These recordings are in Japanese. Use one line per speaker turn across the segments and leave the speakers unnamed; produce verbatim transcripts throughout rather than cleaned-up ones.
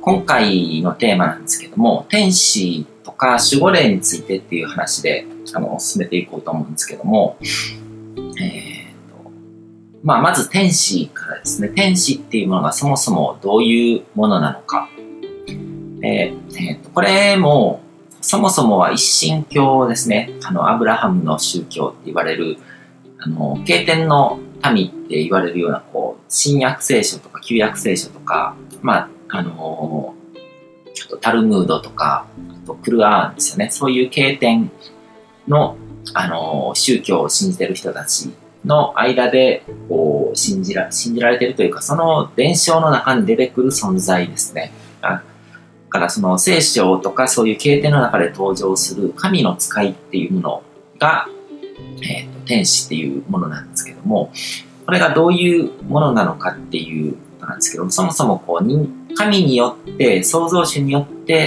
今回のテーマなんですけども、天使とか守護霊についてっていう話で、あの、進めていこうと思うんですけども、えーと、まあ、まず天使からですね、天使っていうものがそもそもどういうものなのか。えーえーと、これも、そもそもは一神教ですね。あの、アブラハムの宗教って言われる、あの、経典の民って言われるような、こう、新約聖書とか旧約聖書とか、まあ、あのー、ちょっとタルムードとか、あとクルアーンですよね。そういう経典の、あのー、宗教を信じてる人たちの間で、こう、信じら、信じられてるというか、その伝承の中に出てくる存在ですね。だからその聖書とかそういう経典の中で登場する神の使いっていうものが、えーと、天使っていうものなんですけども、これがどういうものなのかっていうことなんですけども、そもそもこう神によって、創造主によって、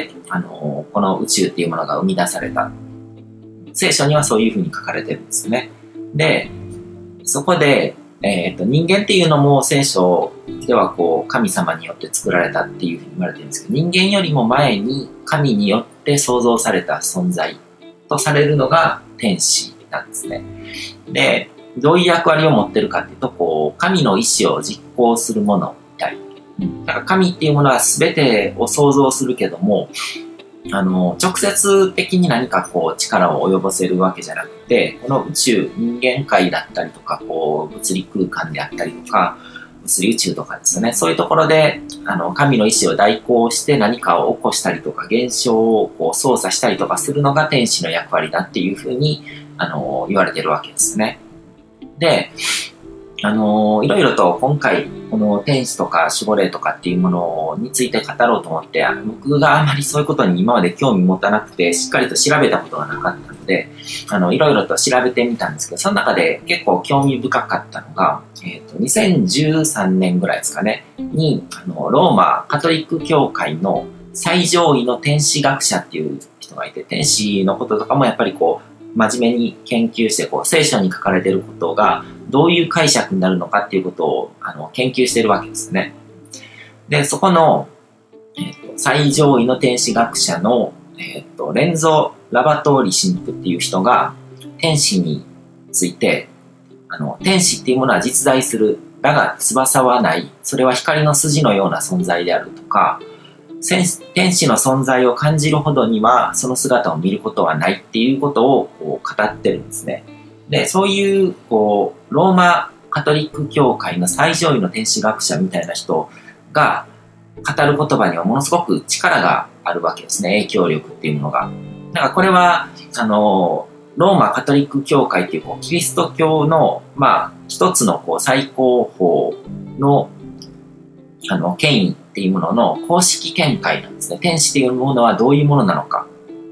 あのー、この宇宙っていうものが生み出された。聖書にはそういうふうに書かれてるんですね。で、そこで、えーと、人間っていうのも聖書ではこう神様によって作られたっていうふうに言われてるんですけど、人間よりも前に神によって創造された存在とされるのが天使なんですね。で、どういう役割を持ってるかっていうと、こう神の意志を実行するものみたい。だから神っていうものは全てを創造するけども、あの直接的に何かこう力を及ぼせるわけじゃなくて、この宇宙、人間界だったりとか、こう物理空間であったりとか、物理宇宙とかですね、そういうところであの神の意志を代行して何かを起こしたりとか、現象をこう操作したりとかするのが天使の役割だっていうふうにあの言われてるわけですね。で、あのいろいろと今回この天使とか守護霊とかっていうものについて語ろうと思って、僕があまりそういうことに今まで興味持たなくて、しっかりと調べたことがなかったので、あのいろいろと調べてみたんですけど、その中で結構興味深かったのが、えーと、にせんじゅうさんねんぐらいですかねに、あのローマカトリック教会の最上位の天使学者っていう人がいて、天使のこととかもやっぱりこう真面目に研究して、こう聖書に書かれていることがどういう解釈になるのかっていうことをあの研究しているわけですね。で、そこの、えー、と最上位の天使学者の、えー、とレンゾ・ラバトーリ神父っていう人が天使について、あの天使っていうものは実在する、だが翼はない、それは光の筋のような存在であるとか、天使の存在を感じるほどにはその姿を見ることはないっていうことをこう語ってるんですね。で、そういうこうローマカトリック教会の最上位の天使学者みたいな人が語る言葉にはものすごく力があるわけですね。影響力っていうものが。だからこれはあのローマカトリック教会っていう、こうキリスト教のまあ一つのこう最高峰のあの権威っていうものの公式見解なんですね。天使っていうものはどういうものなのか。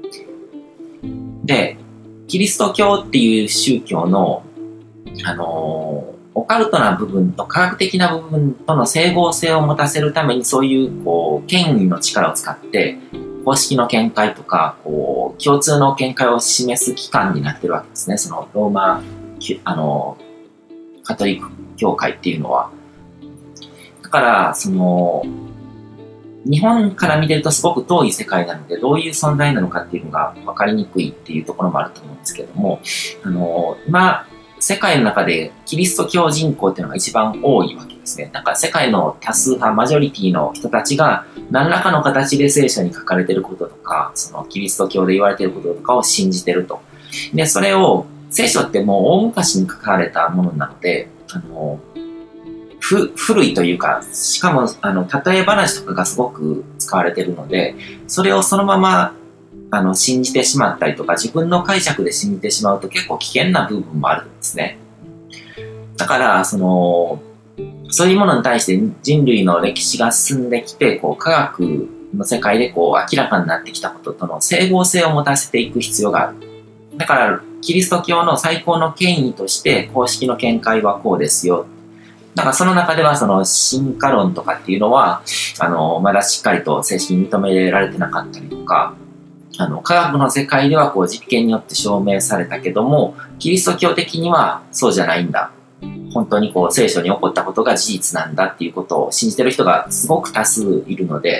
で、キリスト教っていう宗教の、あのー、オカルトな部分と科学的な部分との整合性を持たせるために、そういう、こう、権威の力を使って、公式の見解とか、こう、共通の見解を示す機関になってるわけですね。その、ローマ、あのー、カトリック教会っていうのは。だから、その、日本から見てるとすごく遠い世界なので、どういう存在なのかっていうのが分かりにくいっていうところもあると思うんですけども、あの、今、世界の中でキリスト教人口っていうのが一番多いわけですね。だから世界の多数派、マジョリティの人たちが何らかの形で聖書に書かれていることとか、そのキリスト教で言われていることとかを信じてると。で、それを、聖書ってもう大昔に書かれたものなので、あの、ふ古いというか、しかもあの例え話とかがすごく使われているので、それをそのままあの信じてしまったりとか、自分の解釈で信じてしまうと結構危険な部分もあるんですね。だからそのそういうものに対して人類の歴史が進んできて、こう科学の世界でこう明らかになってきたこととの整合性を持たせていく必要がある。だからキリスト教の最高の権威として公式の見解はこうですよ。だからその中ではその進化論とかっていうのはあのまだしっかりと正式に認められてなかったりとか、あの科学の世界ではこう実験によって証明されたけども、キリスト教的にはそうじゃないんだ、本当にこう聖書に起こったことが事実なんだっていうことを信じてる人がすごく多数いるので、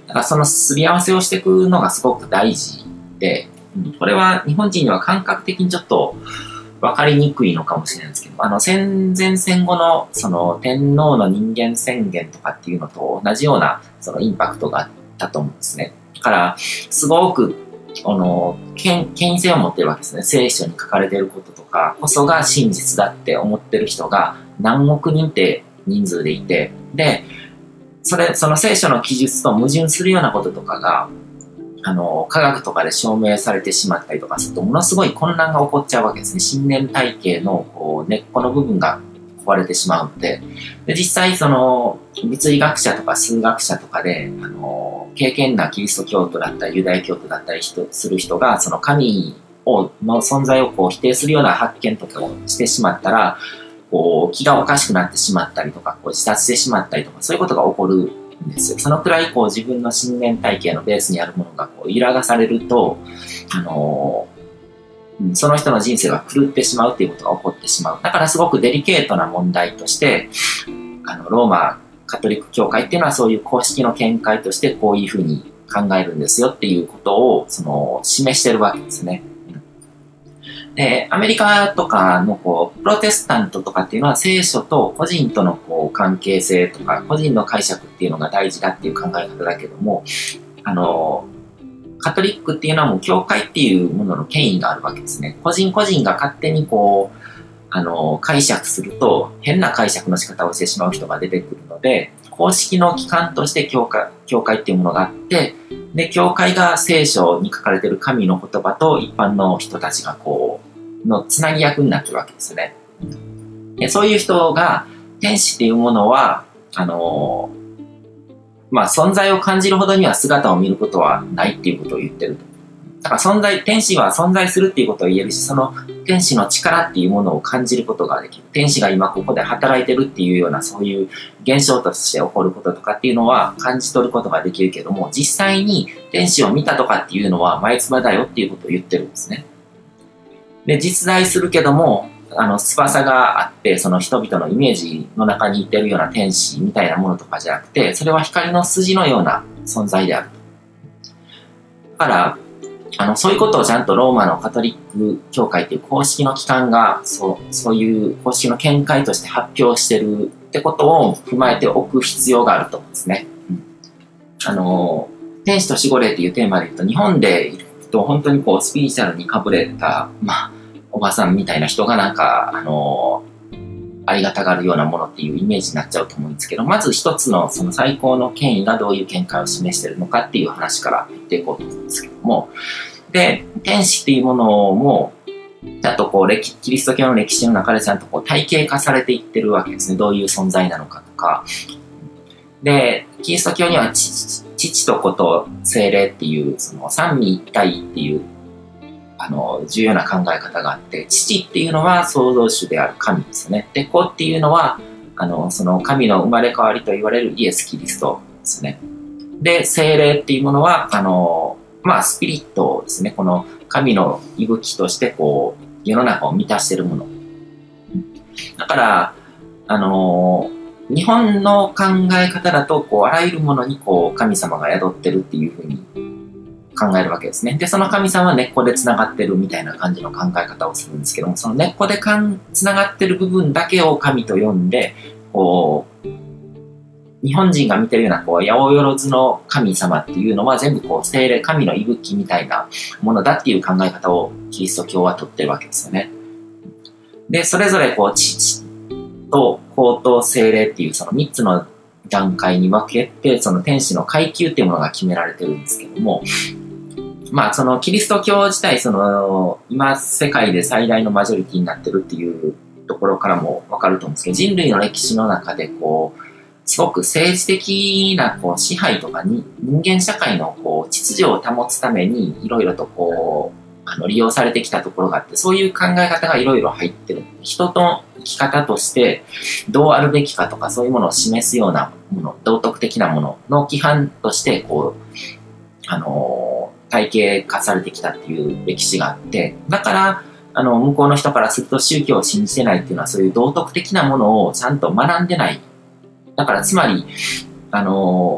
だからそのすり合わせをしていくのがすごく大事で、うん、これは日本人には感覚的にちょっと分かりにくいのかもしれないんですけど、あの戦前戦後のその天皇の人間宣言とかっていうのと同じようなそのインパクトがあったと思うんですね。だからすごくあの権威性を持ってるわけですね。聖書に書かれていることとかこそが真実だって思ってる人が何億人って人数でいて、でそれその聖書の記述と矛盾するようなこととかがあの科学とかで証明されてしまったりとかするとものすごい混乱が起こっちゃうわけですね。信念体系のこう根っこの部分が壊れてしまうので、で実際その物理学者とか数学者とかであの敬虔なキリスト教徒だったりユダヤ教徒だったりする人がその神をの存在をこう否定するような発見とかをしてしまったらこう気がおかしくなってしまったりとかこう自殺してしまったりとかそういうことが起こるんですよ。そのくらいこう自分の信念体系のベースにあるものがこう揺らがされると、あのー、その人の人生が狂ってしまうっていうことが起こってしまう。だからすごくデリケートな問題としてあのローマカトリック教会っていうのはそういう公式の見解としてこういうふうに考えるんですよっていうことをその示してるわけですね。で、アメリカとかのこうプロテスタントとかっていうのは聖書と個人とのこう関係性とか個人の解釈っていうのが大事だっていう考え方だけども、あのカトリックっていうのはもう教会っていうものの権威があるわけですね。個人個人が勝手にこうあの解釈すると変な解釈の仕方をしてしまう人が出てくるので、公式の機関として教会、教会っていうものがあって、で教会が聖書に書かれている神の言葉と一般の人たちがこうのつなぎ役になってるわけですよね。でそういう人が天使っていうものはあのまあ存在を感じるほどには姿を見ることはないっていうことを言ってると。だから存在、天使は存在するっていうことを言えるし、その天使の力っていうものを感じることができる。天使が今ここで働いてるっていうようなそういう現象として起こることとかっていうのは感じ取ることができるけども、実際に天使を見たとかっていうのは前唾だよっていうことを言ってるんですね。で、実在するけども、あの、翼があって、その人々のイメージの中にいてるような天使みたいなものとかじゃなくて、それは光の筋のような存在である。だから、あの、そういうことをちゃんとローマのカトリック教会っていう公式の機関が、そう、そういう公式の見解として発表してるってことを踏まえておく必要があると思うんですね。うん、あの、天使と守護霊っていうテーマで言うと、日本でいると本当にこうスピリチュアルにかぶれた、まあ、おばさんみたいな人がなんか、あの、ありがたがるようなものっていうイメージになっちゃうと思うんですけど、まず一つのその最高の権威がどういう見解を示しているのかっていう話から言っていこうと思うんですけども、で、天使っていうものも、ちゃんとこう歴、キリスト教の歴史の中でちゃんとこう体系化されていってるわけですね。どういう存在なのかとか。で、キリスト教には父、父と子と聖霊っていう、その三位一体っていう、あの、重要な考え方があって、父っていうのは創造主である神ですよね。で、子っていうのは、あの、その神の生まれ変わりと言われるイエス・キリストですね。で、聖霊っていうものは、あの、まあ、スピリットですね。この神の息吹として、こう、世の中を満たしているもの。だから、あの、日本の考え方だと、こう、あらゆるものに、こう、神様が宿ってるっていうふうに考えるわけですね。で、その神様は根っこで繋がってるみたいな感じの考え方をするんですけども、その根っこでかん繋がってる部分だけを神と呼んで、こう、日本人が見てるような、こう、八百万の神様っていうのは全部こう、聖霊、神の息吹みたいなものだっていう考え方をキリスト教はとってるわけですよね。で、それぞれこう、父と子と聖霊っていうそのみっつの段階に分けて、その天使の階級っていうものが決められてるんですけども、まあ、そのキリスト教自体、その、今世界で最大のマジョリティになってるっていうところからもわかると思うんですけど、人類の歴史の中でこう、すごく政治的なこう支配とかに人間社会のこう秩序を保つためにいろいろとこうあの利用されてきたところがあって、そういう考え方がいろいろ入ってる。人の生き方としてどうあるべきかとかそういうものを示すようなもの、道徳的なものの規範としてこう、あのー、体系化されてきたっていう歴史があって、だからあの向こうの人からすると宗教を信じてないっていうのはそういう道徳的なものをちゃんと学んでない。だからつまり、あの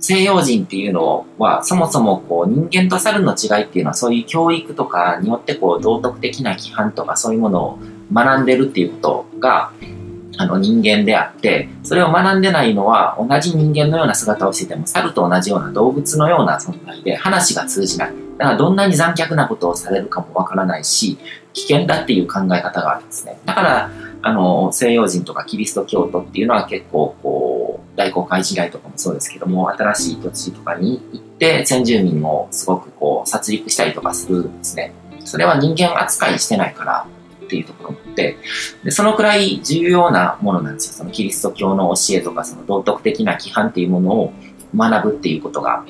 西洋人っていうのは、そもそもこう人間と猿の違いっていうのは、そういう教育とかによってこう道徳的な規範とかそういうものを学んでるっていうことが、あの人間であって、それを学んでないのは同じ人間のような姿をしてても猿と同じような動物のような存在で話が通じない。だからどんなに残虐なことをされるかもわからないし、危険だっていう考え方があるんですね。だから、あの、西洋人とかキリスト教徒っていうのは結構こう、大航海時代とかもそうですけども、新しい土地とかに行って先住民をすごくこう、殺戮したりとかするんですね。それは人間扱いしてないからっていうところで、でそのくらい重要なものなんですよ。そのキリスト教の教えとか、その道徳的な規範っていうものを学ぶっていうことが。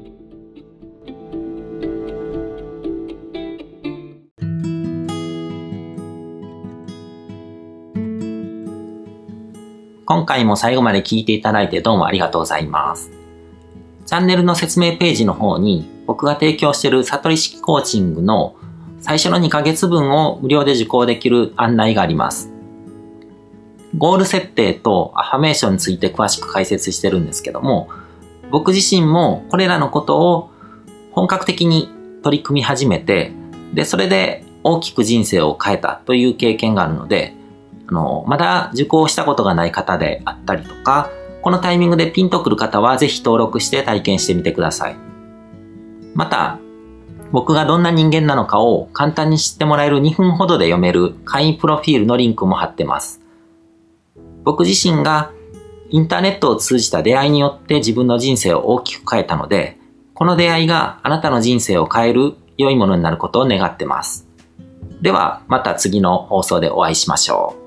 今回も最後まで聞いていただいてどうもありがとうございます。チャンネルの説明ページの方に僕が提供している悟り式コーチングの最初のにかげつぶんを無料で受講できる案内があります。ゴール設定とアファメーションについて詳しく解説してるんですけども、僕自身もこれらのことを本格的に取り組み始めて、で、それで大きく人生を変えたという経験があるので、あの、まだ受講したことがない方であったりとか、このタイミングでピンとくる方はぜひ登録して体験してみてください。また、僕がどんな人間なのかを簡単に知ってもらえるにふんほどで読める会員プロフィールのリンクも貼ってます。僕自身がインターネットを通じた出会いによって自分の人生を大きく変えたので、この出会いがあなたの人生を変える良いものになることを願ってます。ではまた次の放送でお会いしましょう。